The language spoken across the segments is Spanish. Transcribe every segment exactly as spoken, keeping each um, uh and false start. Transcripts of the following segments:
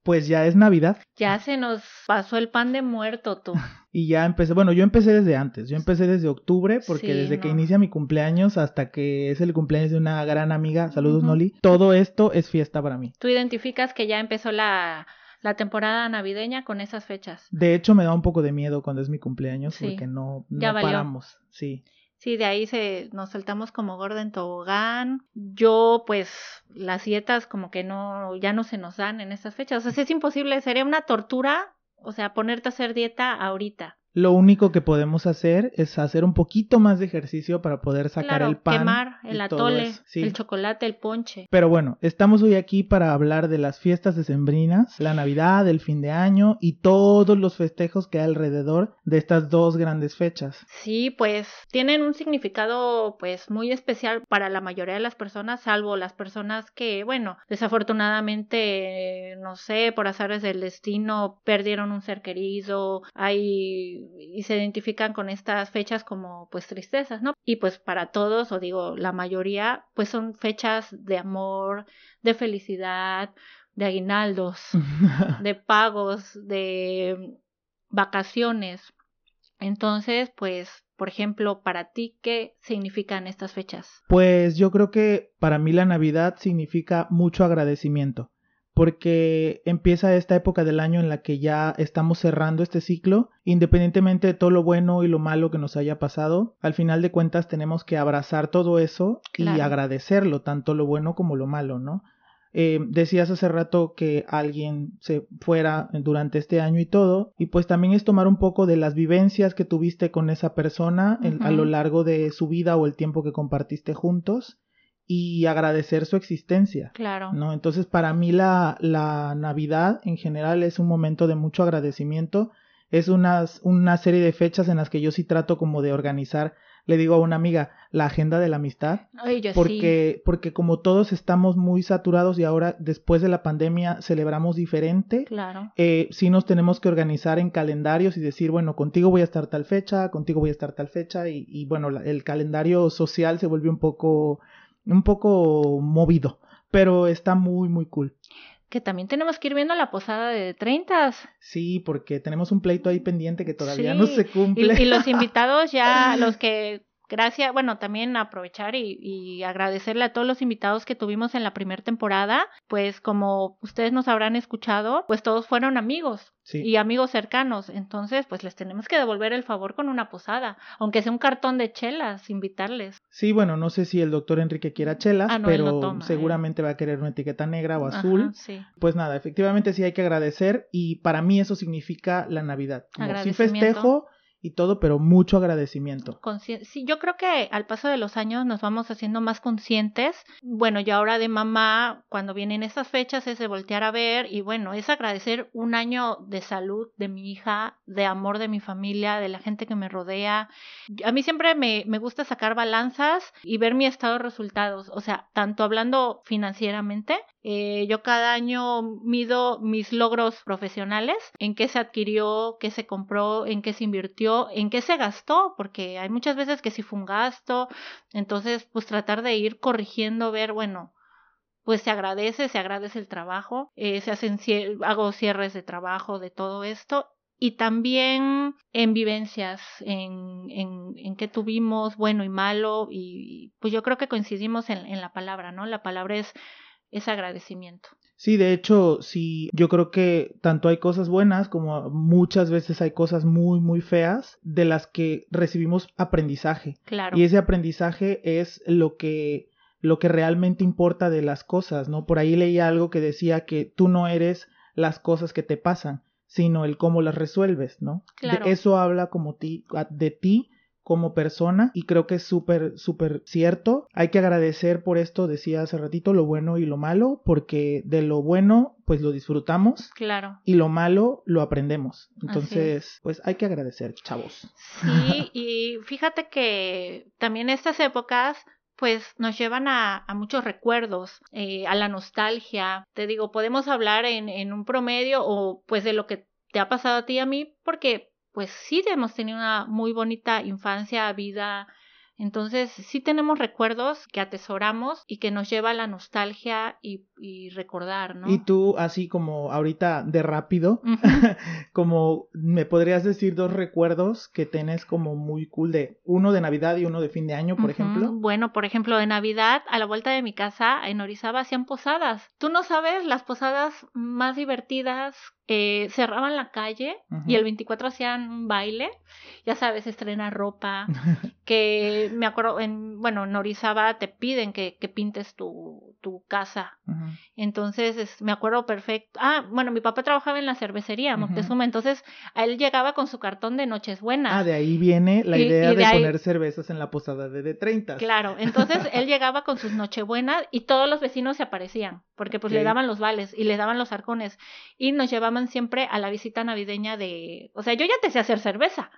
pues ya es Navidad. Ya se nos pasó el pan de muerto, tú. Y ya empecé, bueno, yo empecé desde antes, yo empecé desde octubre, porque Sí, desde no. que inicia mi cumpleaños hasta que es el cumpleaños de una gran amiga, saludos Ujú. Noli, todo esto es fiesta para mí. Tú identificas que ya empezó la, la temporada navideña con esas fechas. De hecho, me da un poco de miedo cuando es mi cumpleaños, Sí, porque no, ya no valió. paramos, sí. Sí, de ahí se nos saltamos como gorda en tobogán. Yo, pues, las dietas como que no, ya no se nos dan en estas fechas. O sea, sí es imposible, sería una tortura, o sea, ponerte a hacer dieta ahorita. Lo único que podemos hacer es hacer un poquito más de ejercicio para poder sacar Claro, el pan quemar el y todo atole, eso. Sí. el chocolate, el ponche. Pero bueno, estamos hoy aquí para hablar de las fiestas decembrinas, la Navidad, el fin de año y todos los festejos que hay alrededor de estas dos grandes fechas. Sí, pues tienen un significado pues muy especial para la mayoría de las personas, salvo las personas que, bueno, desafortunadamente, eh, no sé, por azares del destino, perdieron un ser querido, hay y se identifican con estas fechas como pues tristezas, ¿no? Y pues para todos, o digo, la mayoría, pues son fechas de amor, de felicidad, de aguinaldos, de pagos, de vacaciones. Entonces, pues, por ejemplo, para ti, ¿qué significan estas fechas? Pues yo creo que para mí la Navidad significa mucho agradecimiento, porque empieza esta época del año en la que ya estamos cerrando este ciclo, independientemente de todo lo bueno y lo malo que nos haya pasado, al final de cuentas tenemos que abrazar todo eso Claro. y agradecerlo, tanto lo bueno como lo malo, ¿no? Eh, decías hace rato que alguien se fuera durante este año y todo, y pues también es tomar un poco de las vivencias que tuviste con esa persona en, Ujú. a lo largo de su vida o el tiempo que compartiste juntos y agradecer su existencia, Claro. ¿no? Entonces para mí la, la Navidad en general es un momento de mucho agradecimiento, es unas, una serie de fechas en las que yo sí trato como de organizar, le digo a una amiga, la agenda de la amistad, Ay, yo sí. porque, porque como todos estamos muy saturados y ahora después de la pandemia celebramos diferente, Claro. eh, sí nos tenemos que organizar en calendarios y decir, bueno, contigo voy a estar tal fecha, contigo voy a estar tal fecha y, y bueno, la- el calendario social se vuelve un poco, un poco movido, pero está muy, muy cool. Que también tenemos que ir viendo la posada de treintas. Sí, porque tenemos un pleito ahí pendiente que todavía Sí, no se cumple. y, y los invitados ya, los que, gracias, bueno, también aprovechar y, y agradecerle a todos los invitados que tuvimos en la primera temporada, pues como ustedes nos habrán escuchado, pues todos fueron amigos. Sí. Y amigos cercanos, entonces pues les tenemos que devolver el favor con una posada, aunque sea un cartón de chelas, invitarles. Sí, bueno, no sé si el doctor Enrique quiera chelas, Ah, no, él no pero toma, seguramente va a querer una etiqueta negra o Ajá, azul. sí. Pues nada, efectivamente sí hay que agradecer y para mí eso significa la Navidad. Como sí Agradecimiento. festejo y todo, pero mucho agradecimiento. Consci- sí, yo creo que al paso de los años nos vamos haciendo más conscientes. Bueno, yo ahora de mamá, cuando vienen estas fechas, es de voltear a ver y bueno, es agradecer un año de salud de mi hija, de amor de mi familia, de la gente que me rodea. A mí siempre me, me gusta sacar balanzas y ver mi estado de resultados, o sea, tanto hablando financieramente, eh, yo cada año mido mis logros profesionales, en qué se adquirió, qué se compró, en qué se invirtió, en qué se gastó, porque hay muchas veces que sí fue un gasto, entonces pues tratar de ir corrigiendo, ver, bueno, pues se agradece, se agradece el trabajo, eh, se hacen, cier- hago cierres de trabajo, de todo esto, y también en vivencias, en, en, en qué tuvimos, bueno y malo, y pues yo creo que coincidimos en, en la palabra, ¿no? La palabra es, es agradecimiento. Sí, de hecho, sí, yo creo que tanto hay cosas buenas como muchas veces hay cosas muy, muy feas de las que recibimos aprendizaje. Claro. Y ese aprendizaje es lo que, lo que realmente importa de las cosas, ¿no? Por ahí leí algo que decía que tú no eres las cosas que te pasan, sino el cómo las resuelves, ¿no? Claro. De eso habla como ti, de ti como persona y creo que es súper, súper cierto. Hay que agradecer por esto, decía hace ratito, lo bueno y lo malo, porque de lo bueno pues lo disfrutamos. Claro. Y lo malo lo aprendemos. Entonces, pues hay que agradecer, chavos. Sí, y fíjate que también estas épocas pues nos llevan a, a muchos recuerdos, eh, a la nostalgia. Te digo, podemos hablar en, en un promedio o pues de lo que te ha pasado a ti y a mí, porque pues sí hemos tenido una muy bonita infancia, vida Entonces sí tenemos recuerdos que atesoramos y que nos lleva a la nostalgia y, y recordar, ¿no? Y tú, así como ahorita de rápido, Uh-huh. como me podrías decir dos recuerdos que tenés como muy cool, de uno de Navidad y uno de fin de año, por Uh-huh. ejemplo. Bueno, por ejemplo, de Navidad, a la vuelta de mi casa en Orizaba hacían posadas. Tú no sabes las posadas más divertidas. Eh, cerraban la calle uh-huh. y el veinticuatro hacían un baile, ya sabes, estrenar ropa, que me acuerdo, en, bueno, en Orizaba te piden que, que pintes tu, tu casa, uh-huh. entonces es, me acuerdo perfecto, ah, bueno, mi papá trabajaba en la cervecería Moctezuma, uh-huh. entonces a él llegaba con su cartón de Nochebuena. Ah, de ahí viene la idea y, y de, de ahí, poner cervezas en la posada de de treinta. Claro, entonces él llegaba con sus Nochebuenas y todos los vecinos se aparecían, porque pues okay. le daban los vales y le daban los arcones y nos llevaban siempre a la visita navideña de, o sea, yo ya te sé hacer cerveza.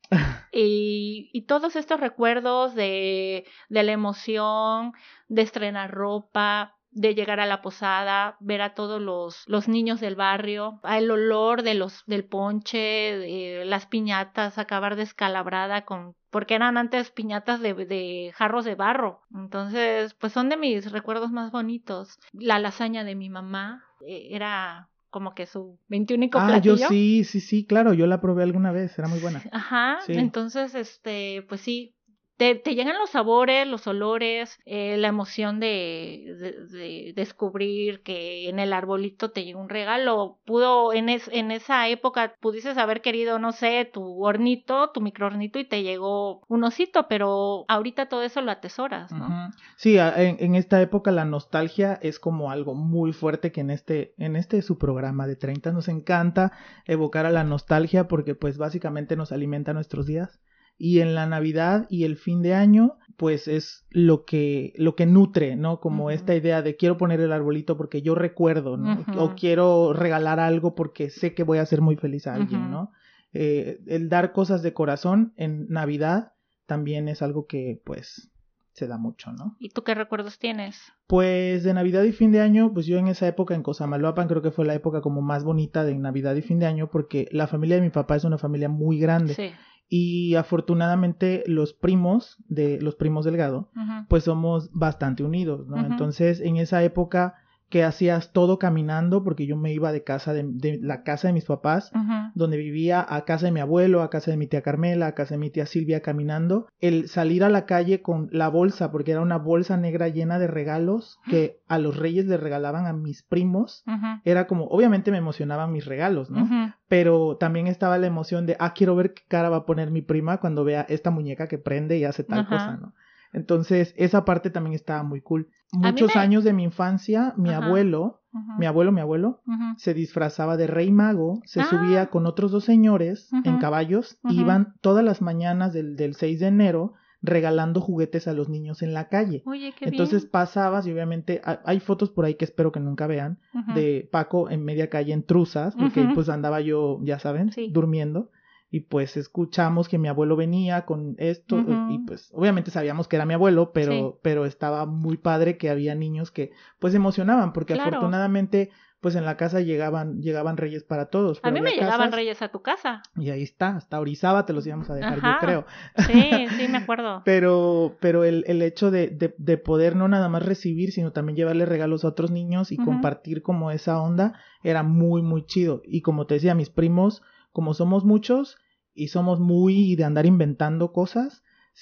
y, y todos estos recuerdos de, de la emoción, de estrenar ropa, de llegar a la posada, ver a todos los, los niños del barrio, el olor de los, del ponche, de las piñatas, acabar descalabrada con, porque eran antes piñatas de, de jarros de barro. Entonces, pues son de mis recuerdos más bonitos. La lasaña de mi mamá eh, era como que su veintiúnico ah, platillo. Ah, yo sí, sí, sí, claro, yo la probé alguna vez, era muy buena. Ajá, sí. Entonces, este, pues sí, te, te llegan los sabores, los olores, eh, la emoción de, de, de descubrir que en el arbolito te llega un regalo. Pudo, en, es, en esa época, pudieses haber querido, no sé, tu hornito, tu microhornito y te llegó un osito, pero ahorita todo eso lo atesoras, ¿no? Uh-huh. Sí, en, en esta época la nostalgia es como algo muy fuerte que en este, en este su programa de treinta nos encanta evocar a la nostalgia porque pues básicamente nos alimenta nuestros días. Y en la Navidad y el fin de año, pues es lo que, lo que nutre, ¿no? Como uh-huh. esta idea de quiero poner el arbolito porque yo recuerdo, ¿no? Uh-huh. O quiero regalar algo porque sé que voy a hacer muy feliz a alguien, uh-huh. ¿no? Eh, el dar cosas de corazón en Navidad también es algo que, pues, se da mucho, ¿no? ¿Y tú qué recuerdos tienes? Pues de Navidad y fin de año, pues yo en esa época en Cosamaloapan creo que fue la época como más bonita de Navidad y fin de año porque la familia de mi papá es una familia muy grande. Sí. Y afortunadamente los primos de los primos Delgado, uh-huh. pues somos bastante unidos, ¿no? Uh-huh. Entonces en esa época que hacías todo caminando, porque yo me iba de casa de, de la casa de mis papás, uh-huh. donde vivía, a casa de mi abuelo, a casa de mi tía Carmela, a casa de mi tía Silvia caminando, el salir a la calle con la bolsa, porque era una bolsa negra llena de regalos que a los reyes les regalaban a mis primos, uh-huh. era como, obviamente me emocionaban mis regalos, ¿no? Uh-huh. Pero también estaba la emoción de, ah, quiero ver qué cara va a poner mi prima cuando vea esta muñeca que prende y hace tal uh-huh. cosa, ¿no? Entonces, esa parte también estaba muy cool. Muchos me... años de mi infancia, mi uh-huh. abuelo, uh-huh. mi abuelo, mi abuelo, uh-huh. se disfrazaba de rey mago, se ah. subía con otros dos señores uh-huh. en caballos, uh-huh. iban todas las mañanas del, del seis de enero regalando juguetes a los niños en la calle. Oye, qué Entonces bien. pasabas y obviamente hay fotos por ahí que espero que nunca vean, uh-huh. de Paco en media calle en truzas, porque uh-huh. pues andaba yo, ya saben, sí. durmiendo. Y pues escuchamos que mi abuelo venía con esto, uh-huh. y pues obviamente sabíamos que era mi abuelo, pero, sí. pero estaba muy padre que había niños que pues se emocionaban, porque claro. afortunadamente pues en la casa llegaban, llegaban reyes para todos. A mí me llegaban casas, reyes a tu casa. Y ahí está, hasta Orizaba te los íbamos a dejar, Ajá. yo creo. Sí, sí, me acuerdo. pero pero el, el hecho de, de, de poder no nada más recibir, sino también llevarle regalos a otros niños y uh-huh. compartir como esa onda, era muy, muy chido. Y como te decía, mis primos, como somos muchos y somos muy de andar inventando cosas,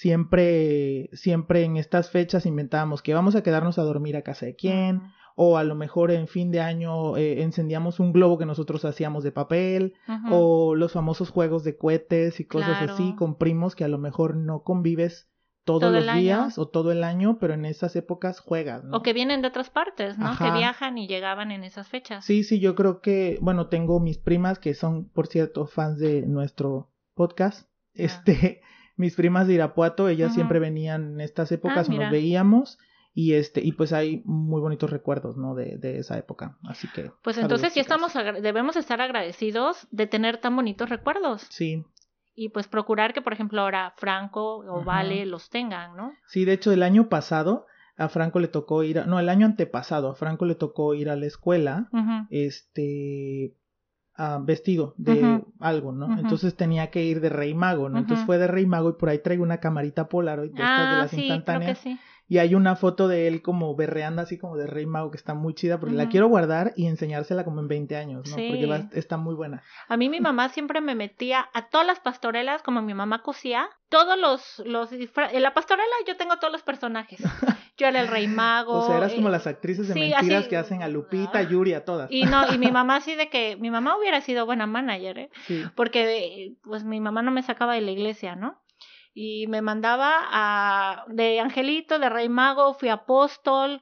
siempre, siempre en estas fechas inventábamos que vamos a quedarnos a dormir a casa de quién, uh-huh. o a lo mejor en fin de año eh, encendíamos un globo que nosotros hacíamos de papel, uh-huh. o los famosos juegos de cohetes y cosas claro. así, con primos que a lo mejor no convives todos todo los días año. O todo el año, pero en esas épocas juegas, ¿no? O que vienen de otras partes, ¿no? Ajá. Que viajan y llegaban en esas fechas. Sí, sí, yo creo que, bueno, tengo mis primas que son, por cierto, fans de nuestro podcast, ah. este, mis primas de Irapuato, ellas uh-huh. siempre venían en estas épocas, ah, o nos veíamos, y este, y pues hay muy bonitos recuerdos, ¿no? De, de esa época, así que. Pues entonces sí estamos, agra- debemos estar agradecidos de tener tan bonitos recuerdos. Sí. Y pues procurar que, por ejemplo, ahora Franco o uh-huh. Vale los tengan, ¿no? Sí, de hecho, el año pasado a Franco le tocó ir, a, no, el año antepasado a Franco le tocó ir a la escuela, uh-huh. este, uh, vestido de uh-huh. algo, ¿no? Uh-huh. Entonces tenía que ir de Rey Mago, ¿no? Uh-huh. Entonces fue de Rey Mago y por ahí traigo una camarita Polaroid de estas ah, de las sí, instantáneas. Creo que sí. Y hay una foto de él como berreando así como de Rey Mago que está muy chida porque uh-huh. la quiero guardar y enseñársela como en veinte años, ¿no? Sí. Porque va, está muy buena. A mí mi mamá siempre me metía a todas las pastorelas, como mi mamá cosía, todos los, los disfraces. En la pastorela yo tengo todos los personajes. Yo era el Rey Mago. O sea, eras eh, como las actrices de sí, mentiras así, que hacen a Lupita, a Yuri, a todas. Y no, y mi mamá así de que, mi mamá hubiera sido buena manager, ¿eh? Sí. Porque pues mi mamá no me sacaba de la iglesia, ¿no? Y me mandaba a de Angelito, de Rey Mago, fui apóstol,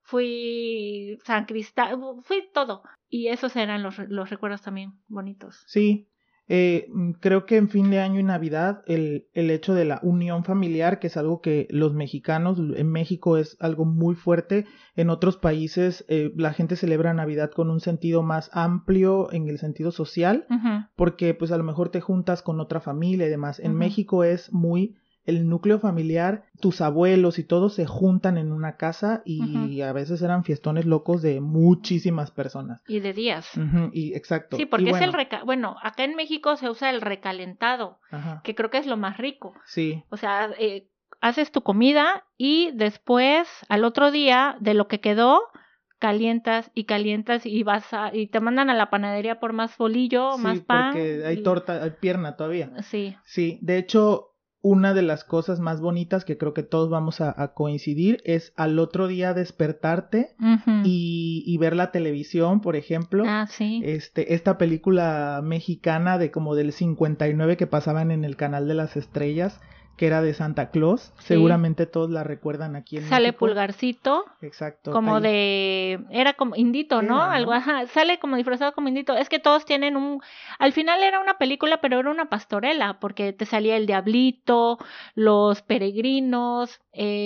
fui San Cristal, fui todo. Y esos eran los, los recuerdos también bonitos. Sí, eh, creo que en fin de año y Navidad el, el hecho de la unión familiar, que es algo que los mexicanos, en México es algo muy fuerte, en otros países eh, la gente celebra Navidad con un sentido más amplio en el sentido social, uh-huh. porque pues a lo mejor te juntas con otra familia y demás. En uh-huh. México es muy el núcleo familiar, tus abuelos y todos se juntan en una casa y uh-huh. a veces eran fiestones locos de muchísimas personas. Y de días. Uh-huh. Y exacto. Sí, porque y es bueno, el reca... bueno, acá en México se usa el recalentado, uh-huh. que creo que es lo más rico. Sí. O sea, eh, haces tu comida y después, al otro día, de lo que quedó, calientas y calientas y vas a, y te mandan a la panadería por más bolillo, sí, más pan. Sí, porque hay y... torta, hay pierna todavía. Sí. Sí, de hecho, una de las cosas más bonitas que creo que todos vamos a, a coincidir es al otro día despertarte uh-huh. y, y ver la televisión, por ejemplo. Ah, sí. Este, esta película mexicana de como del cincuenta y nueve que pasaban en el Canal de las Estrellas, que era de Santa Claus. Sí. Seguramente todos la recuerdan aquí en Sale México. Pulgarcito. Exacto. Como ahí. de... Era como Indito, ¿no? Era, ¿no? Algo, ajá. Sale como disfrazado como Indito. Es que todos tienen un... Al final era una película, pero era una pastorela, porque te salía el Diablito, los peregrinos,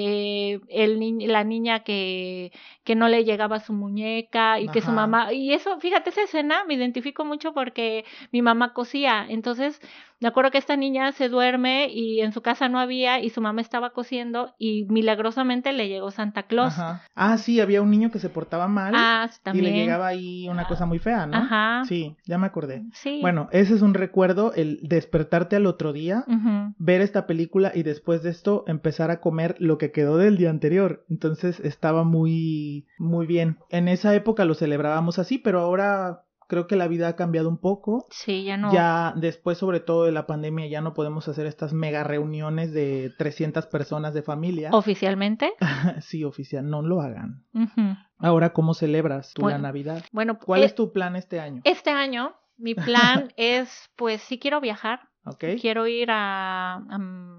eh, el ni... la niña que, que no le llegaba su muñeca y ajá. que su mamá... Y eso, fíjate, esa escena me identifico mucho porque mi mamá cosía. Entonces... Me acuerdo que esta niña se duerme y en su casa no había y su mamá estaba cosiendo y milagrosamente le llegó Santa Claus. Ajá. Ah, sí, había un niño que se portaba mal ah, también. y le llegaba ahí una cosa muy fea, ¿no? Ajá. Sí, ya me acordé. Sí. Bueno, ese es un recuerdo, el despertarte al otro día, uh-huh. ver esta película y después de esto empezar a comer lo que quedó del día anterior. Entonces estaba muy, muy bien. En esa época lo celebrábamos así, pero ahora... Creo que la vida ha cambiado un poco. Sí, ya no. Ya después, sobre todo de la pandemia, ya no podemos hacer estas mega reuniones de trescientas personas de familia. ¿Oficialmente? Sí, oficial. No lo hagan. Uh-huh. Ahora, ¿cómo celebras tú bueno, la Navidad? Bueno, ¿cuál eh, es tu plan este año? Este año, mi plan es, pues, sí quiero viajar. Okay. Quiero ir a, a,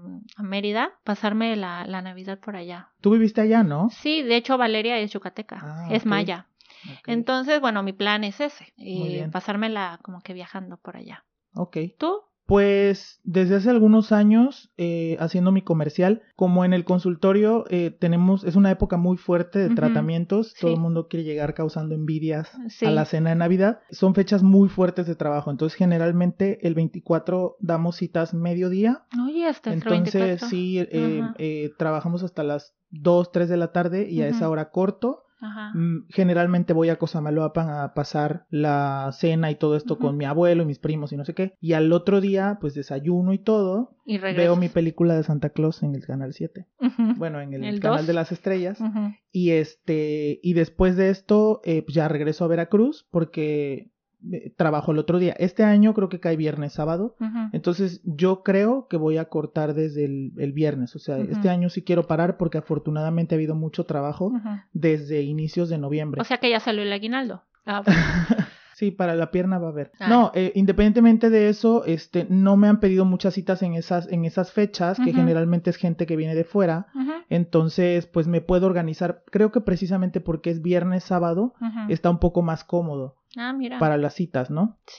a Mérida, pasarme la, la Navidad por allá. ¿Tú viviste allá, no? Sí, de hecho, Valeria es yucateca. Ah, es okay. maya. Okay. Entonces, bueno, mi plan es ese, eh, bien. pasármela como que viajando por allá. Ok. ¿Tú? Pues desde hace algunos años eh, haciendo mi comercial, como en el consultorio eh, tenemos, es una época muy fuerte de uh-huh. tratamientos, sí. Todo el mundo quiere llegar causando envidias sí. a la cena de Navidad, son fechas muy fuertes de trabajo, entonces generalmente el veinticuatro damos citas mediodía. Oye, hasta el entonces veinticuatro. Sí, eh, uh-huh. eh, trabajamos hasta las dos, tres de la tarde y uh-huh. a esa hora corto. Ajá. Generalmente voy a Cosamaloapan a pasar la cena y todo esto uh-huh. con mi abuelo y mis primos y no sé qué. Y al otro día, pues desayuno y todo. Y veo mi película de Santa Claus en el Canal siete. Uh-huh. Bueno, en el, ¿El Canal dos? De las Estrellas. Uh-huh. Y este y después de esto, eh, pues ya regreso a Veracruz porque trabajo el otro día. Este año creo que cae viernes, sábado. Uh-huh. Entonces yo creo que voy a cortar desde el, el viernes. O sea, uh-huh. este año sí quiero parar porque afortunadamente ha habido mucho trabajo uh-huh. desde inicios de noviembre. O sea que ya salió el aguinaldo. Ah, bueno. Sí, para la pierna va a haber. Ah. No, eh, independientemente de eso, este, no me han pedido muchas citas en esas, en esas fechas, uh-huh. que generalmente es gente que viene de fuera. Uh-huh. Entonces, pues me puedo organizar. Creo que precisamente porque es viernes, sábado, uh-huh. está un poco más cómodo. Ah, mira. Para las citas, ¿no? Sí.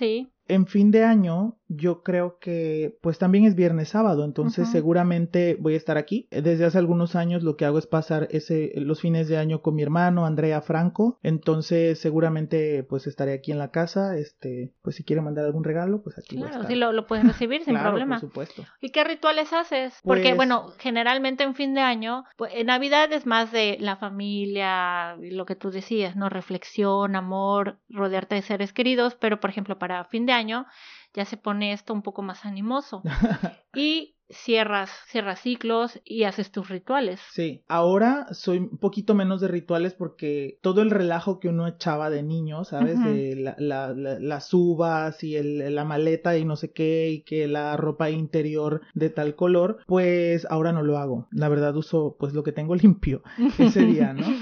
en fin de año yo creo que pues también es viernes sábado, entonces uh-huh. seguramente voy a estar aquí. Desde hace algunos años lo que hago es pasar ese los fines de año con mi hermano Andrea Franco, entonces seguramente pues estaré aquí en la casa, este pues si quiere mandar algún regalo pues aquí claro, voy a estar. Sí, lo, lo puedes recibir sin claro, problema. Por supuesto. ¿Y qué rituales haces? Porque pues, bueno, generalmente en fin de año, pues en Navidad es más de la familia, lo que tú decías, ¿no? Reflexión, amor, rodearte de seres queridos, pero por ejemplo para fin de año ya se pone esto un poco más animoso y cierras, cierras ciclos y haces tus rituales. Sí, ahora soy un poquito menos de rituales porque todo el relajo que uno echaba de niño, ¿sabes? Uh-huh. De la, la, la, las uvas y el, la maleta y no sé qué y que la ropa interior de tal color, pues ahora no lo hago. La verdad uso pues lo que tengo limpio ese día, ¿no?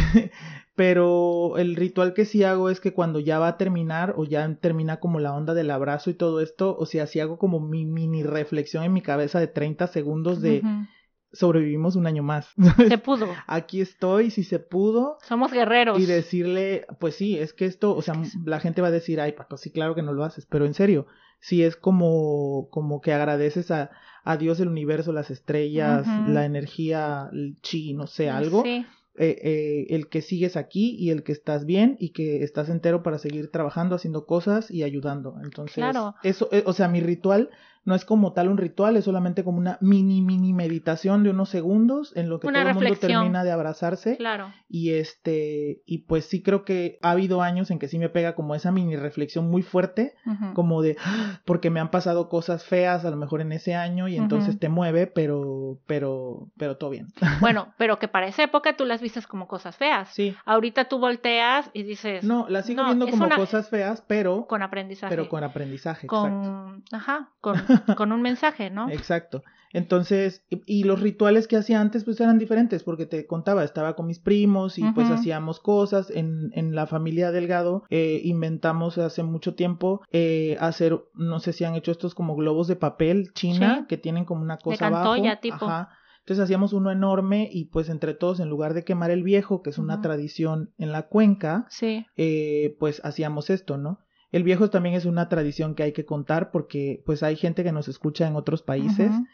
Pero el ritual que sí hago es que cuando ya va a terminar o ya termina como la onda del abrazo y todo esto, o sea, sí hago como mi mini reflexión en mi cabeza de treinta segundos de uh-huh. sobrevivimos un año más. Se pudo. Aquí estoy, si se pudo. Somos guerreros. Y decirle, pues sí, es que esto, o sea, la gente va a decir, ay, Paco, sí, claro que no lo haces, pero en serio, sí es como, como que agradeces a, a Dios, el universo, las estrellas, uh-huh. la energía, el chi, no sé, algo. Sí. Eh, eh, el que sigues aquí y el que estás bien y que estás entero para seguir trabajando, haciendo cosas y ayudando. Entonces, claro. eso, eh, o sea, mi ritual no es como tal un ritual, es solamente como una mini, mini meditación de unos segundos en lo que una todo el mundo reflexión. termina de abrazarse. Claro. Y este, y pues sí creo que ha habido años en que sí me pega como esa mini reflexión muy fuerte, uh-huh. como de, porque me han pasado cosas feas a lo mejor en ese año y entonces uh-huh. te mueve, pero, pero, pero todo bien. Bueno, pero que para esa época tú las vistes como cosas feas. Sí. Ahorita tú volteas y dices... No, las sigo no, viendo como una... cosas feas, pero... Con aprendizaje. Pero con aprendizaje, con... exacto. Ajá, con, con un mensaje, ¿no? Exacto. Entonces, y, y los rituales que hacía antes pues eran diferentes, porque te contaba, estaba con mis primos y uh-huh. pues hacíamos cosas. En, en la familia Delgado eh, inventamos hace mucho tiempo eh, hacer, no sé si han hecho estos como globos de papel china, sí. que tienen como una cosa de cantoya, abajo. tipo. Ajá. Entonces hacíamos uno enorme y pues entre todos, en lugar de quemar el viejo, que es una uh-huh. tradición en la cuenca, sí. eh, pues hacíamos esto, ¿no? El viejo también es una tradición que hay que contar porque pues hay gente que nos escucha en otros países uh-huh.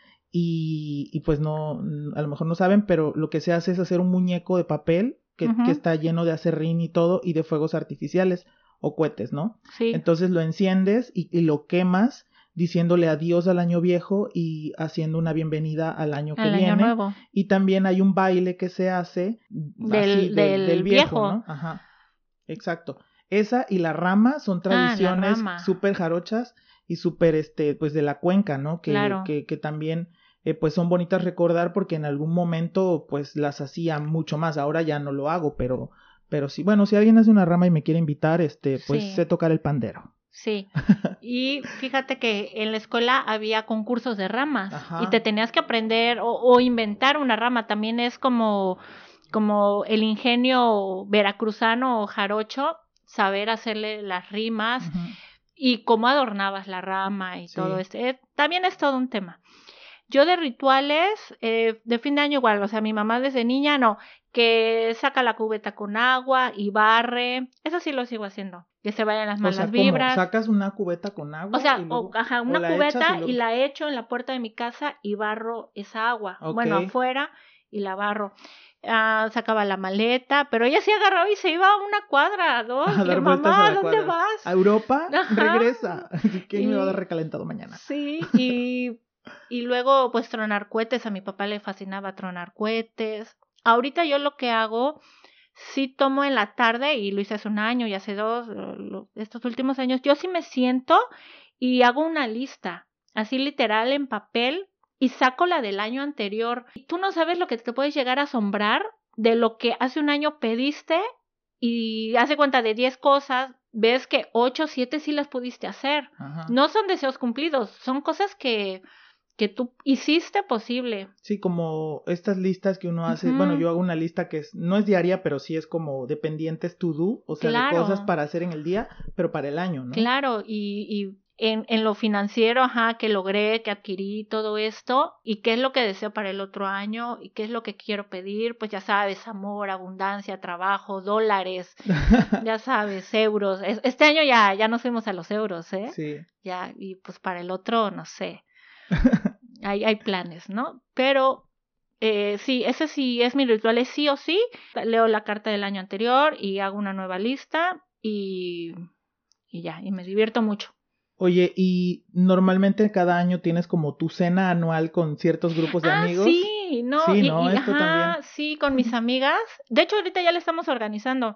y, y pues no, a lo mejor no saben, pero lo que se hace es hacer un muñeco de papel que, uh-huh. que está lleno de acerrín y todo y de fuegos artificiales o cohetes, ¿no? Sí. Entonces lo enciendes y, y lo quemas diciéndole adiós al año viejo y haciendo una bienvenida al año que al viene. Año nuevo. Y también hay un baile que se hace del, así, del, del, del viejo, viejo, ¿no? Ajá, exacto. Esa y la rama son tradiciones ah, súper jarochas y súper, este, pues de la cuenca, ¿no? Que, claro. que, que también, eh, pues son bonitas recordar porque en algún momento, pues las hacía mucho más. Ahora ya no lo hago, pero, pero sí, bueno, si alguien hace una rama y me quiere invitar, este, pues sí. sé tocar el pandero. Sí, y fíjate que en la escuela había concursos de ramas. Ajá. Y te tenías que aprender o, o inventar una rama. También es como, como el ingenio veracruzano o jarocho, saber hacerle las rimas uh-huh. y cómo adornabas la rama y sí. todo esto. Eh, también es todo un tema. Yo de rituales, eh, de fin de año igual, o sea, mi mamá desde niña no, que saca la cubeta con agua y barre, eso sí lo sigo haciendo, que se vayan las malas o sea, vibras. ¿cómo? ¿Sacas una cubeta con agua? O sea, y luego, o, ajá, una la cubeta y, luego... y la echo en la puerta de mi casa y barro esa agua, okay. bueno, afuera y la barro. Uh, sacaba la maleta, pero ella sí agarraba y se iba a una cuadra, dos. A dar mamá, a ¿dónde cuadra. vas? ¿A Europa? Ajá. Regresa. ¿Quién y, me va a dar recalentado mañana? Sí, y, y luego pues tronar cohetes. A mi papá le fascinaba tronar cohetes. Ahorita yo lo que hago, sí tomo en la tarde, y lo hice hace un año y hace dos, lo, estos últimos años, yo sí me siento y hago una lista, así literal en papel, y saco la del año anterior. Y tú no sabes lo que te puedes llegar a asombrar de lo que hace un año pediste y hace cuenta de diez cosas, ves que ocho, siete sí las pudiste hacer. Ajá. No son deseos cumplidos, son cosas que, que tú hiciste posible. Sí, como estas listas que uno hace, uh-huh. bueno, yo hago una lista que es, no es diaria, pero sí es como de pendientes to do, o sea, claro. de cosas para hacer en el día, pero para el año, ¿no? Claro, y... y en, en lo financiero, ajá, que logré, que adquirí todo esto, y qué es lo que deseo para el otro año, y qué es lo que quiero pedir, pues ya sabes, amor, abundancia, trabajo, dólares, ya sabes, euros. Este año ya, ya nos fuimos a los euros, ¿eh? Sí. Ya, y pues para el otro, no sé, hay, hay planes, ¿no? Pero eh, sí, ese sí es mi ritual, es sí o sí, leo la carta del año anterior y hago una nueva lista y, y ya, y me divierto mucho. Oye, ¿y normalmente cada año tienes como tu cena anual con ciertos grupos de ah, amigos? Sí, no, sí, y, ¿no? y Esto ajá, también. sí, con mis amigas. De hecho, ahorita ya le estamos organizando.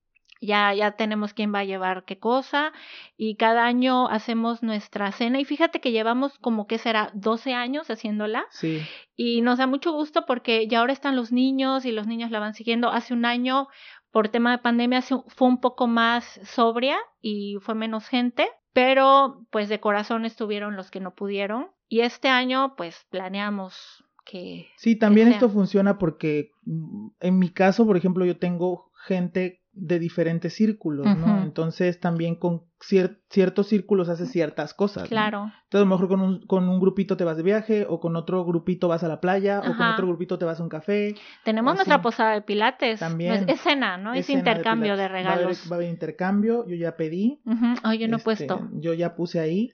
Ya, ya tenemos quién va a llevar qué cosa y cada año hacemos nuestra cena y fíjate que llevamos como que será doce años haciéndola. Sí. Y nos da mucho gusto porque ya ahora están los niños y los niños la van siguiendo. Hace un año, por tema de pandemia, fue un poco más sobria y fue menos gente, pero pues de corazón estuvieron los que no pudieron. Y este año pues planeamos que... Sí, también que esto sea. funciona porque en mi caso, por ejemplo, yo tengo gente de diferentes círculos, ¿no? Uh-huh. Entonces también con cier- ciertos círculos haces ciertas cosas, Claro. ¿no? Entonces a lo mejor con un, con un grupito te vas de viaje o con otro grupito vas a la playa. Ajá. O con otro grupito te vas a un café. Tenemos nuestra posada de pilates. También. Es cena, ¿no? Es, es intercambio de, de regalos. Va a, haber, va a haber intercambio, yo ya pedí. Uh-huh. Oh, yo no este, he puesto. Yo ya puse ahí.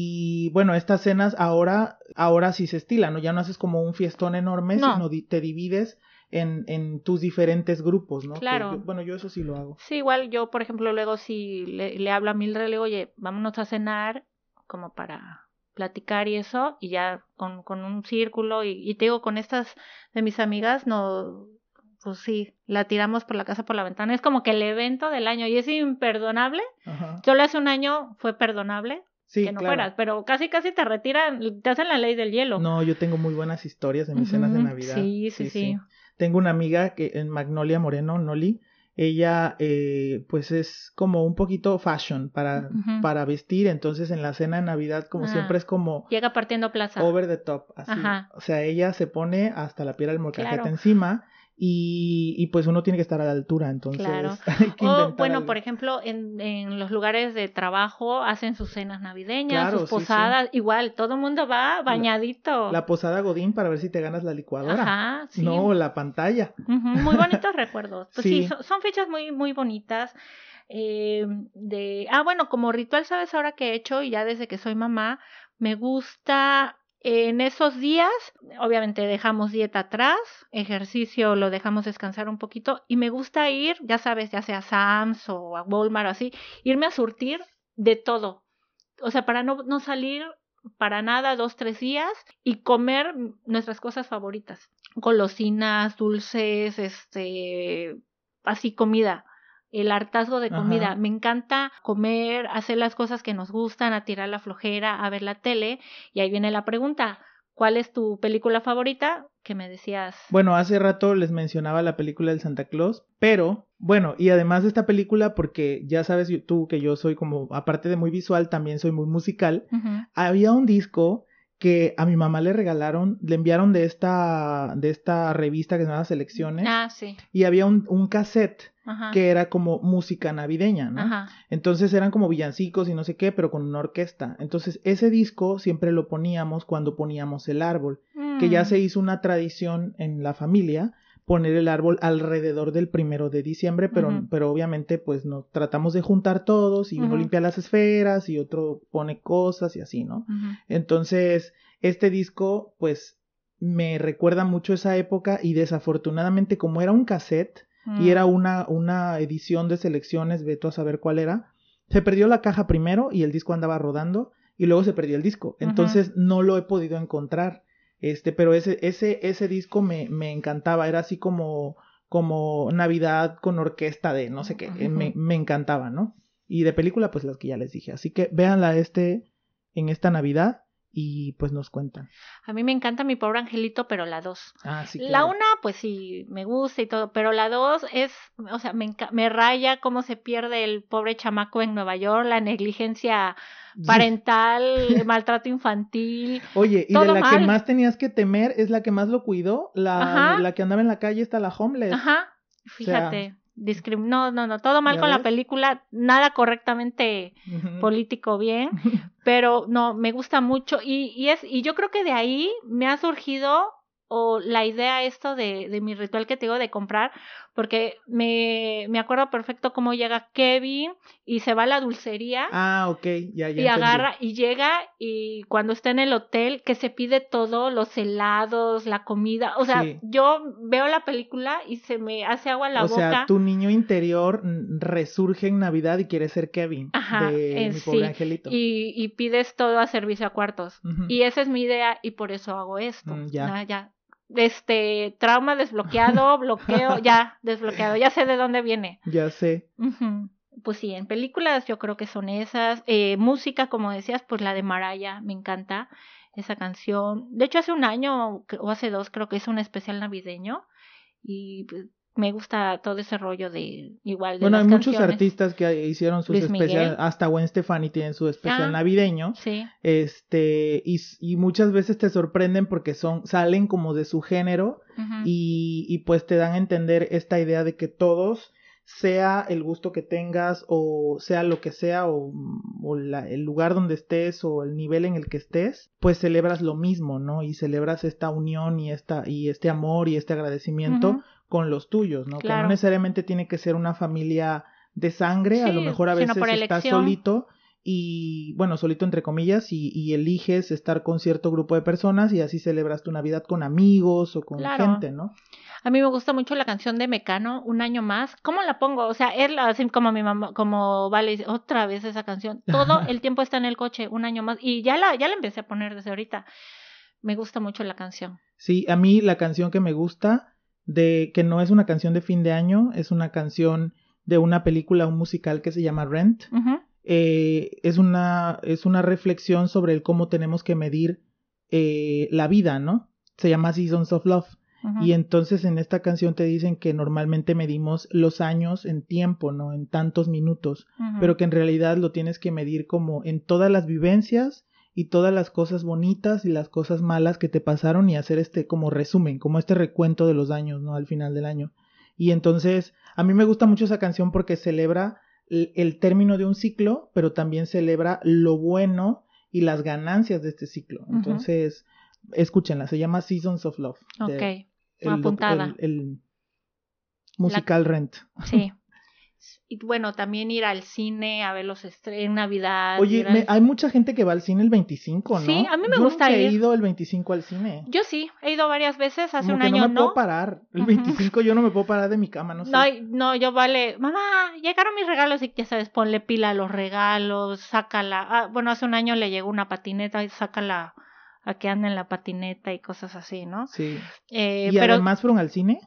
Y bueno, estas cenas ahora, ahora sí se estilan, ¿no? Ya no haces como un fiestón enorme, no. sino di- te divides en, en tus diferentes grupos, ¿no? Claro. Que yo, bueno, yo eso sí lo hago. Sí, igual yo, por ejemplo, luego si le, le hablo a Mildred, le digo, oye, vámonos a cenar, como para platicar y eso, y ya con, con un círculo, y, y te digo, con estas de mis amigas, no, pues sí, la tiramos por la casa por la ventana, es como que el evento del año, y es imperdonable. Ajá. Solo hace un año fue perdonable. Sí, que no claro. fueras, pero casi casi te retiran, te hacen la ley del hielo. No, yo tengo muy buenas historias de mis uh-huh. cenas de Navidad. Sí, sí, sí, sí. Tengo una amiga que en Magnolia Moreno, Noli, ella eh, pues es como un poquito fashion para, uh-huh. para vestir, entonces en la cena de Navidad como ah, siempre es como... Llega partiendo plaza. Over the top, así. Ajá. O sea, ella se pone hasta la piel del molcajete claro. encima. Y, y pues uno tiene que estar a la altura, entonces claro. hay que o bueno, algo. Por ejemplo, en, en los lugares de trabajo hacen sus cenas navideñas, claro, sus posadas, sí, sí. igual, todo el mundo va bañadito. La, la posada Godín para ver si te ganas la licuadora. Ajá, sí. No, la pantalla. Uh-huh, muy bonitos recuerdos. Pues sí, sí son, son fechas muy, muy bonitas. Eh, de, ah, bueno, como ritual, ¿sabes ahora que he hecho? Y ya desde que soy mamá, me gusta... En esos días, obviamente dejamos dieta atrás, ejercicio lo dejamos descansar un poquito y me gusta ir, ya sabes, ya sea a Sam's o a Walmart o así, irme a surtir de todo. O sea, para no, no salir para nada dos, tres días y comer nuestras cosas favoritas. Golosinas, dulces, este, así comida. El hartazgo de comida. Ajá. Me encanta comer, hacer las cosas que nos gustan, a tirar la flojera, a ver la tele. Y ahí viene la pregunta, ¿cuál es tu película favorita? Que me decías... Bueno, hace rato les mencionaba la película del Santa Claus, pero, bueno, y además de esta película, porque ya sabes tú que yo soy como, aparte de muy visual, también soy muy musical, uh-huh. había un disco que a mi mamá le regalaron, le enviaron de esta, de esta revista que se llama Selecciones. Ah, sí. Y había un, un cassette Ajá. que era como música navideña, ¿no? Ajá. Entonces eran como villancicos y no sé qué, pero con una orquesta. Entonces ese disco siempre lo poníamos cuando poníamos el árbol, mm. que ya se hizo una tradición en la familia, poner el árbol alrededor del primero de diciembre, pero, uh-huh. pero obviamente pues nos tratamos de juntar todos y uh-huh. uno limpia las esferas y otro pone cosas y así, ¿no? Uh-huh. Entonces, este disco pues me recuerda mucho esa época y desafortunadamente como era un cassette uh-huh. y era una, una edición de Selecciones, ve tú a saber cuál era, se perdió la caja primero y el disco andaba rodando y luego se perdió el disco, entonces uh-huh. no lo he podido encontrar. Este, pero ese, ese, ese disco me, me encantaba, era así como, como Navidad con orquesta de no sé qué, uh-huh. me, me encantaba, ¿no? Y de película, pues las que ya les dije, así que véanla este, en esta Navidad y pues nos cuentan. A mí me encanta Mi Pobre Angelito, pero la dos. Ah, sí, claro. La una, pues sí, me gusta y todo, pero la dos es, o sea, me, enca- me raya cómo se pierde el pobre chamaco en Nueva York, la negligencia parental, el maltrato infantil. Oye, y todo de la mal. que más tenías que temer es la que más lo cuidó, la, la que andaba en la calle está la homeless. Ajá, fíjate. O sea, Discrim no, no, no, todo mal con ves? La película, nada correctamente uh-huh. político bien, pero no, me gusta mucho y, y es y yo creo que de ahí me ha surgido o la idea esto de, de mi ritual que te digo de comprar, porque me, me acuerdo perfecto cómo llega Kevin y se va a la dulcería. Ah, ok, ya, ya Y entendí. agarra y llega y cuando está en el hotel que se pide todo, los helados, la comida, o sea, sí. yo veo la película y se me hace agua en la o boca. O sea, tu niño interior resurge en Navidad y quiere ser Kevin. Ajá, de eh, Mi Pobre sí. Angelito. Y, y pides todo a servicio a cuartos. Uh-huh. Y esa es mi idea y por eso hago esto. Mm, ya. Ah, ya. Este, trauma desbloqueado, bloqueo, ya, desbloqueado, ya sé de dónde viene. Ya sé. Uh-huh. Pues sí, en películas yo creo que son esas. Eh, música, como decías, pues la de Mariah, me encanta esa canción. De hecho, hace un año o hace dos creo que es un especial navideño y pues, me gusta todo ese rollo de igual de bueno, las hay canciones. Muchos artistas que hicieron sus especiales, hasta Gwen Stefani tienen su especial ah, navideño, sí. este, y, y muchas veces te sorprenden porque son, salen como de su género, uh-huh. y, y pues te dan a entender esta idea de que todos, sea el gusto que tengas, o sea lo que sea, o, o la, el lugar donde estés, o el nivel en el que estés, pues celebras lo mismo, ¿no? Y celebras esta unión y esta, y este amor y este agradecimiento, uh-huh. con los tuyos, ¿no? Claro. Que no necesariamente tiene que ser una familia de sangre, sí, a lo mejor a veces estás solito y, bueno, solito entre comillas, y, y eliges estar con cierto grupo de personas y así celebras tu Navidad con amigos o con claro. gente, ¿no? A mí me gusta mucho la canción de Mecano, Un Año Más. ¿Cómo la pongo? O sea, es así como mi mamá, como Vale dice, otra vez esa canción. Todo el tiempo está en el coche, Un Año Más. Y ya la, ya la empecé a poner desde ahorita. Me gusta mucho la canción. Sí, a mí la canción que me gusta, de que no es una canción de fin de año, es una canción de una película, un musical que se llama Rent. Uh-huh. Eh, es una, es una reflexión sobre el cómo tenemos que medir eh, la vida, ¿no? Se llama Seasons of Love. Uh-huh. Y entonces en esta canción te dicen que normalmente medimos los años en tiempo, ¿no? En tantos minutos, uh-huh. pero que en realidad lo tienes que medir como en todas las vivencias y todas las cosas bonitas y las cosas malas que te pasaron y hacer este como resumen, como este recuento de los años, ¿no? Al final del año. Y entonces a mí me gusta mucho esa canción porque celebra el, el término de un ciclo, pero también celebra lo bueno y las ganancias de este ciclo. Uh-huh. Entonces, escúchenla, se llama Seasons of Love. Ok, de, el, apuntada. El, el musical La... Rent. Sí. Y bueno, también ir al cine a ver los estrenos en Navidad. Oye, al... me, hay mucha gente que va al cine el veinticinco, ¿no? Sí, a mí me Yo gusta nunca ir. he ido el veinticinco al cine. Yo sí, he ido varias veces, hace Como un que año no me no. puedo parar. El uh-huh. veinticinco yo no me puedo parar de mi cama, no sé. No, no, yo vale, mamá, llegaron mis regalos y ya sabes, ponle pila a los regalos, sácala. Ah, bueno, hace un año le llegó una patineta y sácala a que ande en la patineta y cosas así, ¿no? Sí. Eh, ¿Y pero, además fueron al cine?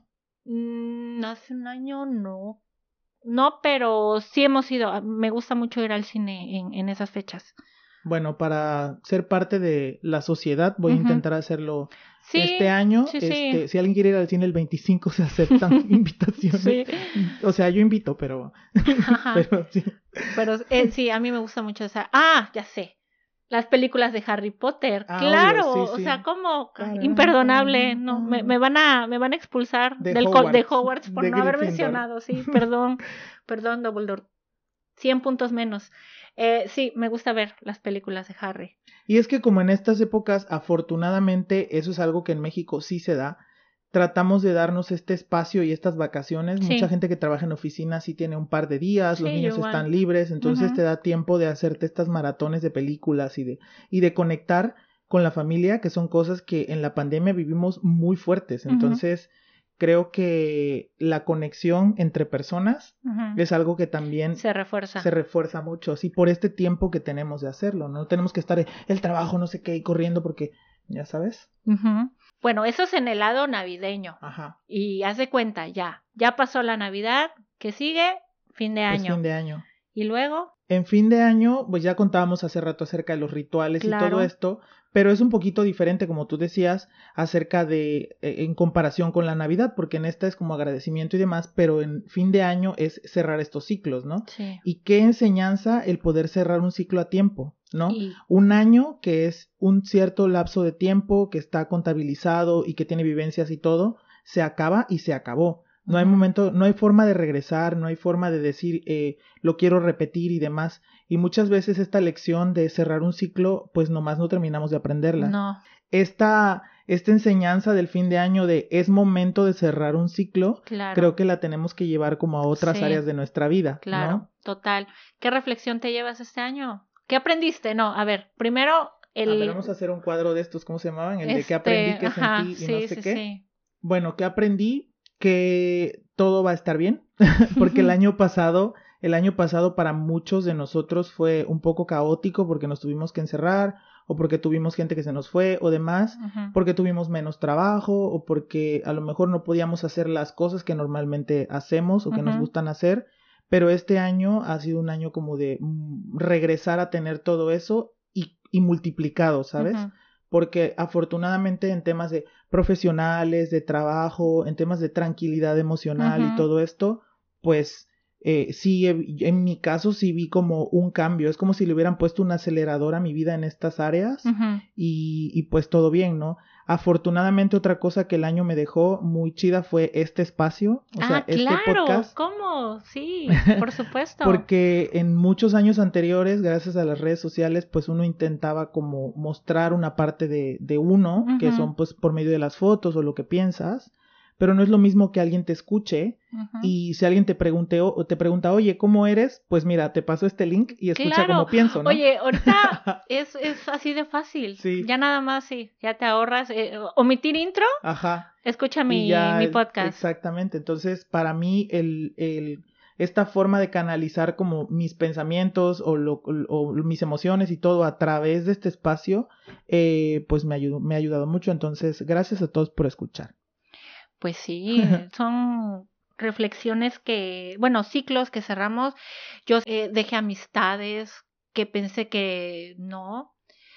Mmm, hace un año no. No, pero sí hemos ido. Me gusta mucho ir al cine en, en esas fechas. Bueno, para ser parte de la sociedad voy uh-huh. a intentar hacerlo sí, este año. Sí, este, sí. Si alguien quiere ir al cine el veinticinco se aceptan invitaciones. Sí. O sea, yo invito, pero, pero sí. Pero eh, sí, a mí me gusta mucho esa. Ah, ya sé. Las películas de Harry Potter, ah, claro, obvio, sí, o sí. sea, como Caramba. imperdonable, no, me, me van a, me van a expulsar de del Hogwarts, de Hogwarts por de no haber Gryffindor. mencionado, sí, perdón, perdón, Dumbledore, cien puntos menos. Eh, sí, me gusta ver las películas de Harry. Y es que como en estas épocas, afortunadamente, eso es algo que en México sí se da. Tratamos de darnos este espacio y estas vacaciones. Sí. Mucha gente que trabaja en oficina sí tiene un par de días, sí, los niños igual. están libres, entonces uh-huh. te da tiempo de hacerte estas maratones de películas y de, y de conectar con la familia, que son cosas que en la pandemia vivimos muy fuertes. Entonces, uh-huh. creo que la conexión entre personas uh-huh. es algo que también se refuerza. Se refuerza mucho, sí, por este tiempo que tenemos de hacerlo. No tenemos que estar el trabajo, no sé qué, y corriendo porque, ya sabes. Uh-huh. Bueno, eso es en el lado navideño. Ajá. Y haz de cuenta, ya. Ya pasó la Navidad. ¿Qué sigue? Fin de año. Es fin de año. ¿Y luego? En fin de año, pues ya contábamos hace rato acerca de los rituales claro. y todo esto, pero es un poquito diferente, como tú decías, acerca de, eh, en comparación con la Navidad, porque en esta es como agradecimiento y demás, pero en fin de año es cerrar estos ciclos, ¿no? Sí. Y qué enseñanza el poder cerrar un ciclo a tiempo, ¿no? Y... Un año que es un cierto lapso de tiempo que está contabilizado y que tiene vivencias y todo, se acaba y se acabó. No uh-huh. hay momento, no hay forma de regresar, no hay forma de decir, eh, lo quiero repetir y demás. Y muchas veces esta lección de cerrar un ciclo, pues nomás no terminamos de aprenderla. No. Esta, esta enseñanza del fin de año de es momento de cerrar un ciclo, claro. creo que la tenemos que llevar como a otras sí. áreas de nuestra vida, Claro, ¿no? total. ¿Qué reflexión te llevas este año? ¿Qué aprendiste? No, a ver, primero el... A ver, vamos a hacer un cuadro de estos, ¿cómo se llamaban? El este... de qué aprendí, qué Ajá, sentí y sí, no sé sí, qué. Sí. Bueno, ¿qué aprendí? Que todo va a estar bien, porque el año pasado, el año pasado para muchos de nosotros fue un poco caótico porque nos tuvimos que encerrar, o porque tuvimos gente que se nos fue, o demás, uh-huh. porque tuvimos menos trabajo, o porque a lo mejor no podíamos hacer las cosas que normalmente hacemos o que uh-huh. nos gustan hacer, pero este año ha sido un año como de mm, regresar a tener todo eso y, y multiplicado, ¿sabes? Uh-huh. Porque afortunadamente en temas de profesionales, de trabajo, en temas de tranquilidad emocional uh-huh. y todo esto, pues eh, sí, en mi caso sí vi como un cambio. Es como si le hubieran puesto un acelerador a mi vida en estas áreas uh-huh. y, y pues todo bien, ¿no? Afortunadamente otra cosa que el año me dejó muy chida fue este espacio, o ah, sea, este claro. podcast. ¿Cómo? Sí, por supuesto. Porque en muchos años anteriores, gracias a las redes sociales, pues uno intentaba como mostrar una parte de, de uno, uh-huh. que son pues por medio de las fotos o lo que piensas, pero no es lo mismo que alguien te escuche uh-huh. y si alguien te pregunte o te pregunta, oye, ¿cómo eres? Pues mira, te paso este link y escucha claro. cómo pienso, ¿no? Oye, ahorita es, es así de fácil. Sí. Ya nada más, sí, ya te ahorras. Eh, omitir intro. Ajá. Escucha mi, ya, mi podcast. Exactamente. Entonces, para mí, el, el, esta forma de canalizar como mis pensamientos o, lo, o, o mis emociones y todo a través de este espacio, eh, pues me, ayudó, me ha ayudado mucho. Entonces, gracias a todos por escuchar. Pues sí, son reflexiones que, bueno, ciclos que cerramos. Yo eh, dejé amistades que pensé que no.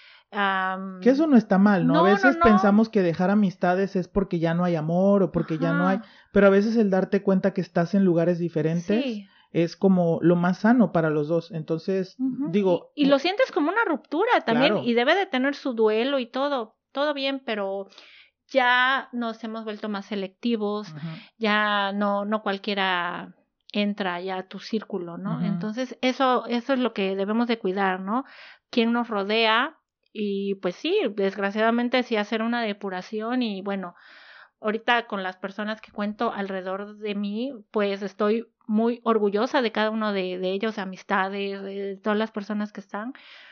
Um, que eso no está mal, ¿no? no a veces no, no. pensamos que dejar amistades es porque ya no hay amor o porque Ajá. ya no hay, pero a veces el darte cuenta que estás en lugares diferentes sí. es como lo más sano para los dos. Entonces, uh-huh. digo... Y, y lo sientes como una ruptura también, claro. y debe de tener su duelo y todo, todo bien, pero ya nos hemos vuelto más selectivos, uh-huh. ya no, no cualquiera entra ya a tu círculo, ¿no? Uh-huh. Entonces, eso, eso es lo que debemos de cuidar, ¿no? Quién nos rodea, y pues sí, desgraciadamente sí hacer una depuración, y bueno, ahorita con las personas que cuento alrededor de mí, pues estoy muy orgullosa de cada uno de, de ellos, amistades, de todas las personas que están,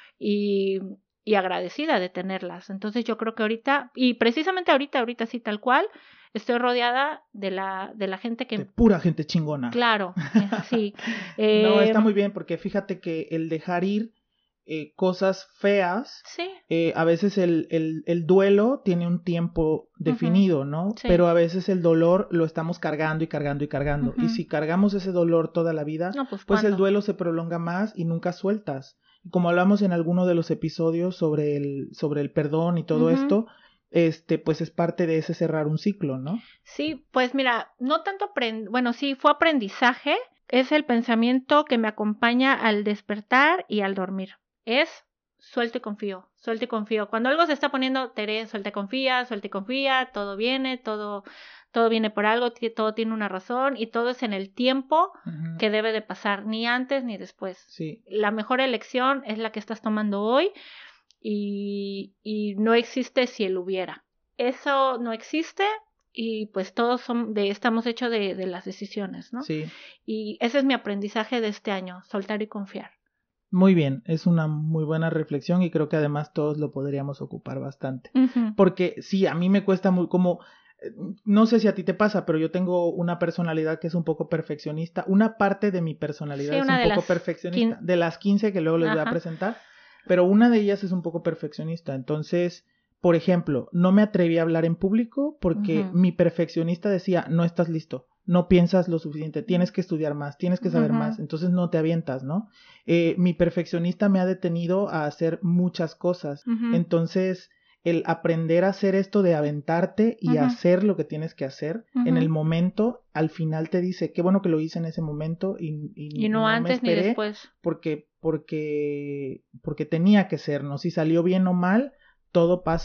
y, y agradecida de tenerlas. Entonces yo creo que ahorita, y precisamente ahorita, ahorita sí tal cual, estoy rodeada de la, de la gente que... De pura gente chingona. Claro, sí. eh, no, está eh, muy bien, porque fíjate que el dejar ir Eh, cosas feas, sí. eh, a veces el, el, el duelo tiene un tiempo definido, uh-huh. ¿no? Sí. Pero a veces el dolor lo estamos cargando y cargando y cargando. Uh-huh. Y si cargamos ese dolor toda la vida, no, pues, pues el duelo se prolonga más y nunca sueltas. Como hablamos en alguno de los episodios sobre el, sobre el perdón y todo uh-huh. esto, este, pues es parte de ese cerrar un ciclo, ¿no? Sí, pues mira, no tanto aprend... bueno, sí, fue aprendizaje, es el pensamiento que me acompaña al despertar y al dormir. Es suelto y confío, suelto y confío. Cuando algo se está poniendo, Tere, suelta y confía, suelta y confía, todo viene, todo, todo viene por algo, todo tiene una razón, y todo es en el tiempo uh-huh. que debe de pasar, ni antes ni después. Sí. La mejor elección es la que estás tomando hoy, y, y no existe si el hubiera. Eso no existe. Y pues todos son de, estamos hechos de, de las decisiones, ¿no? Sí. Y ese es mi aprendizaje de este año, soltar y confiar. Muy bien, es una muy buena reflexión y creo que además todos lo podríamos ocupar bastante. Uh-huh. Porque sí, a mí me cuesta muy como, no sé si a ti te pasa, pero yo tengo una personalidad que es un poco perfeccionista. Una parte de mi personalidad sí, es un poco perfeccionista. quin... De las quince que luego les Ajá. voy a presentar, pero una de ellas es un poco perfeccionista. Entonces, por ejemplo, no me atreví a hablar en público porque uh-huh. mi perfeccionista decía, no estás listo. No piensas lo suficiente, tienes que estudiar más, tienes que saber uh-huh. más, entonces no te avientas, ¿no? Eh, mi perfeccionista me ha detenido a hacer muchas cosas, uh-huh. entonces el aprender a hacer esto de aventarte y uh-huh. hacer lo que tienes que hacer uh-huh. en el momento, al final te dice, qué bueno que lo hice en ese momento y, y, y no, no antes me esperé ni después. Porque, porque, porque tenía que ser, ¿no? Si salió bien o mal, todo pasa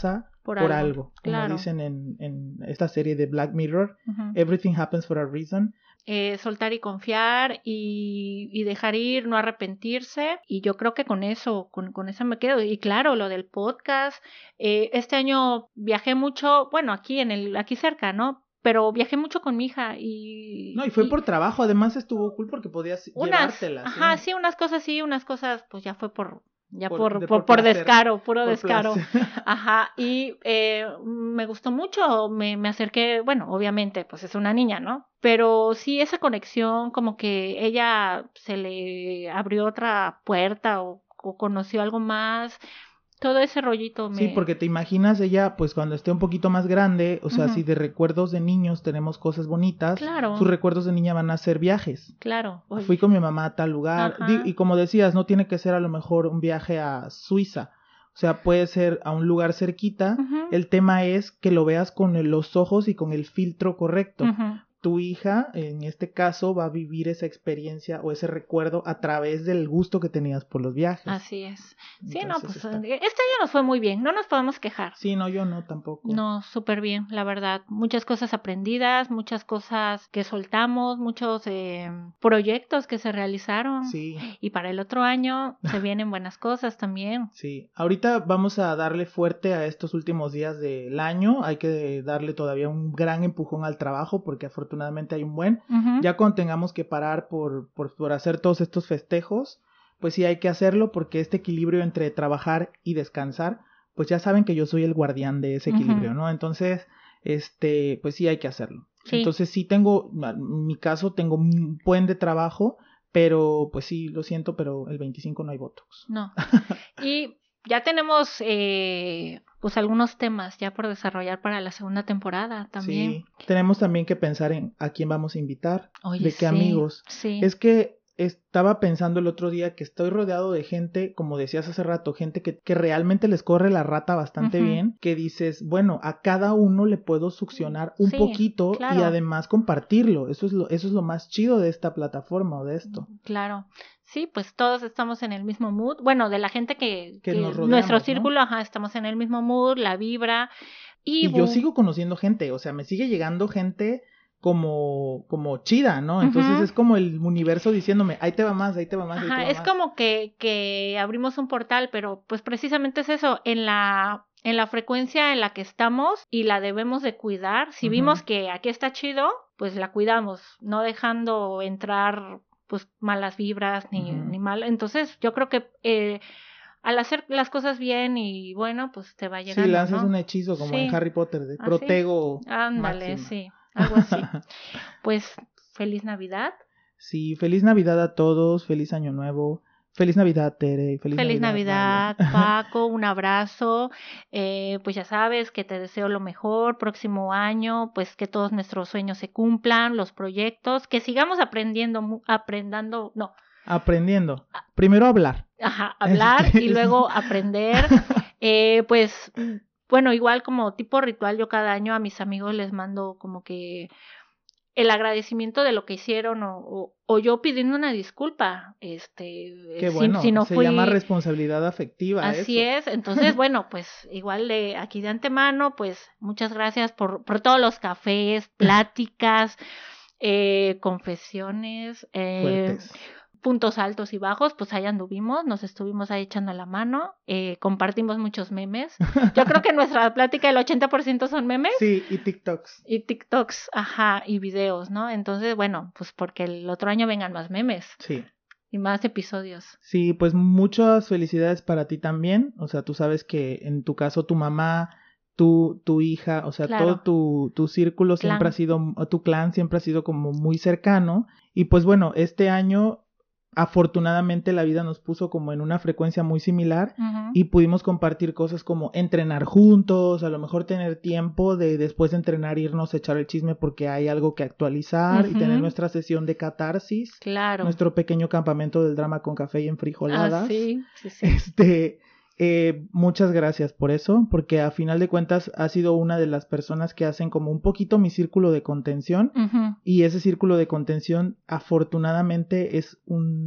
por, por algo, algo. Claro. Como dicen en, en esta serie de Black Mirror, uh-huh. Everything happens for a reason. Eh, soltar y confiar y, y dejar ir, no arrepentirse, y yo creo que con eso, con, con eso me quedo. Y claro, lo del podcast, eh, este año viajé mucho, bueno, aquí en el, aquí cerca, ¿no? Pero viajé mucho con mi hija y... No, y fue y por trabajo, además estuvo cool porque podías unas, llevártela. Ajá, sí. sí, unas cosas sí, unas cosas pues ya fue por... Ya por, por, de, por, por, por descaro, puro por descaro. Placer. Ajá, y eh, me gustó mucho, me, me acerqué, bueno, obviamente, pues es una niña, ¿no? Pero sí, esa conexión, como que ella se le abrió otra puerta o, o conoció algo más. Todo ese rollito me... Sí, porque te imaginas ella, pues cuando esté un poquito más grande, o sea, uh-huh. si de recuerdos de niños tenemos cosas bonitas, claro. sus recuerdos de niña van a ser viajes. Claro. Oye. Fui con mi mamá a tal lugar, Di- y como decías, no tiene que ser a lo mejor un viaje a Suiza, o sea, puede ser a un lugar cerquita, uh-huh. el tema es que lo veas con el, los ojos y con el filtro correcto. Uh-huh. Tu hija, en este caso, va a vivir esa experiencia o ese recuerdo a través del gusto que tenías por los viajes. Así es. Sí, Entonces, no, pues está... este año nos fue muy bien, no nos podemos quejar. Sí, no, yo no tampoco. No, súper bien, la verdad. Muchas cosas aprendidas, muchas cosas que soltamos, muchos eh, proyectos que se realizaron. Sí. Y para el otro año se vienen buenas cosas también. Sí, ahorita vamos a darle fuerte a estos últimos días del año. Hay que darle todavía un gran empujón al trabajo porque afortunadamente Afortunadamente hay un buen, uh-huh. ya cuando tengamos que parar por, por, por hacer todos estos festejos, pues sí hay que hacerlo porque este equilibrio entre trabajar y descansar, pues ya saben que yo soy el guardián de ese equilibrio, uh-huh. ¿no? Entonces, este, pues sí hay que hacerlo. Sí. Entonces sí tengo, en mi caso tengo un buen de trabajo, pero pues sí, lo siento, pero el veinticinco no hay Botox. No. Y ya tenemos eh, pues algunos temas ya por desarrollar para la segunda temporada también. Sí, tenemos también que pensar en a quién vamos a invitar, Oye, de qué sí, amigos. Sí. Es que estaba pensando el otro día que estoy rodeado de gente, como decías hace rato, gente que, que realmente les corre la rata bastante uh-huh. bien, que dices, bueno, a cada uno le puedo succionar un sí, poquito claro. y además compartirlo. Eso es lo, eso es lo más chido de esta plataforma o de esto. Claro. Sí, pues todos estamos en el mismo mood. Bueno, de la gente que, que, que nos rodeamos, nuestro círculo, ¿no? Ajá, estamos en el mismo mood, la vibra. Y, y yo sigo conociendo gente, o sea, me sigue llegando gente como, como chida, ¿no? Entonces uh-huh. es como el universo diciéndome, ahí te va más, ahí te va más, Ajá, ahí te va es más. como que, que abrimos un portal, pero pues precisamente es eso, en la, en la frecuencia en la que estamos y la debemos de cuidar. Si uh-huh. vimos que aquí está chido, pues la cuidamos, no dejando entrar pues malas vibras ni, uh-huh. ni mal. Entonces yo creo que eh, al hacer las cosas bien y bueno, pues te va llegando, sí, lanzas ¿no? un hechizo como sí. en Harry Potter de ¿Ah, protego. Sí? Ándale, máxima. sí, algo así. Pues feliz Navidad. Sí, feliz Navidad a todos, feliz Año Nuevo. Feliz Navidad, Tere. Feliz, feliz Navidad, Navidad Paco. Un abrazo. Eh, pues ya sabes que te deseo lo mejor. Próximo año, pues que todos nuestros sueños se cumplan, los proyectos, que sigamos aprendiendo, aprendiendo, no. Aprendiendo. Primero hablar. Ajá, hablar este... y luego aprender. Eh, pues, bueno, igual como tipo ritual, yo cada año a mis amigos les mando como que el agradecimiento de lo que hicieron o, o, o yo pidiendo una disculpa. Este, Qué si, bueno, si no se fui... llama responsabilidad afectiva. Así eso. es, entonces bueno, pues igual de aquí de antemano, pues muchas gracias por, por todos los cafés, pláticas, eh, confesiones, eh, fuertes. Puntos altos y bajos, pues ahí anduvimos, nos estuvimos ahí echando la mano, eh, compartimos muchos memes. Yo creo que nuestra plática el ochenta por ciento son memes. Sí, y TikToks. Y TikToks, ajá, y videos, ¿no? Entonces, bueno, pues porque el otro año vengan más memes. Sí. Y más episodios. Sí, pues muchas felicidades para ti también. O sea, tú sabes que en tu caso tu mamá, tu, tu hija, o sea, claro. todo tu, tu círculo clan. siempre ha sido, tu clan siempre ha sido como muy cercano. Y pues bueno, este año afortunadamente la vida nos puso como en una frecuencia muy similar uh-huh. y pudimos compartir cosas como entrenar juntos, a lo mejor tener tiempo de después de entrenar irnos a echar el chisme porque hay algo que actualizar uh-huh. y tener nuestra sesión de catarsis, claro. nuestro pequeño campamento del drama con café y enfrijoladas. Ah, sí, sí, sí. Este, eh, muchas gracias por eso, porque a final de cuentas has sido una de las personas que hacen como un poquito mi círculo de contención uh-huh. y ese círculo de contención afortunadamente es un,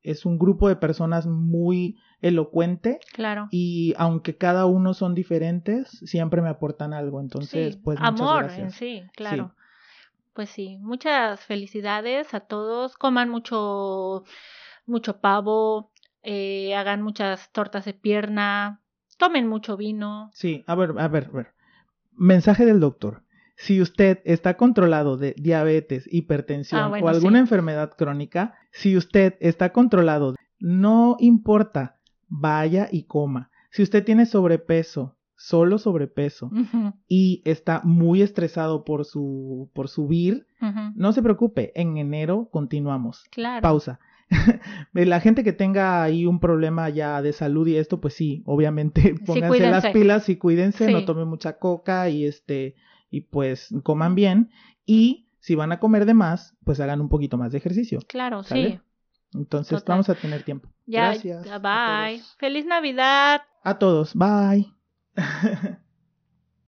es un grupo de personas muy elocuente. Claro. Y aunque cada uno son diferentes, siempre me aportan algo. Entonces, Sí, pues amor muchas gracias. en sí, claro. Sí. Pues sí, muchas felicidades a todos. Coman mucho, mucho pavo, eh, hagan muchas tortas de pierna, tomen mucho vino. Sí, a ver, a ver, a ver. Mensaje del doctor. Si usted está controlado de diabetes, hipertensión Ah, bueno, o alguna sí. enfermedad crónica, si usted está controlado, no importa, vaya y coma. Si usted tiene sobrepeso, solo sobrepeso, Uh-huh. y está muy estresado por su por subir, Uh-huh. no se preocupe, en enero continuamos. Claro. Pausa. La gente que tenga ahí un problema ya de salud y esto, pues sí, obviamente pónganse sí, las pilas y cuídense, sí. no tomen mucha coca y este y pues coman bien, y si van a comer de más, pues hagan un poquito más de ejercicio. Claro, ¿sale? sí. Entonces Total. vamos a tener tiempo. Ya, Gracias. bye. Feliz Navidad. A todos. Bye.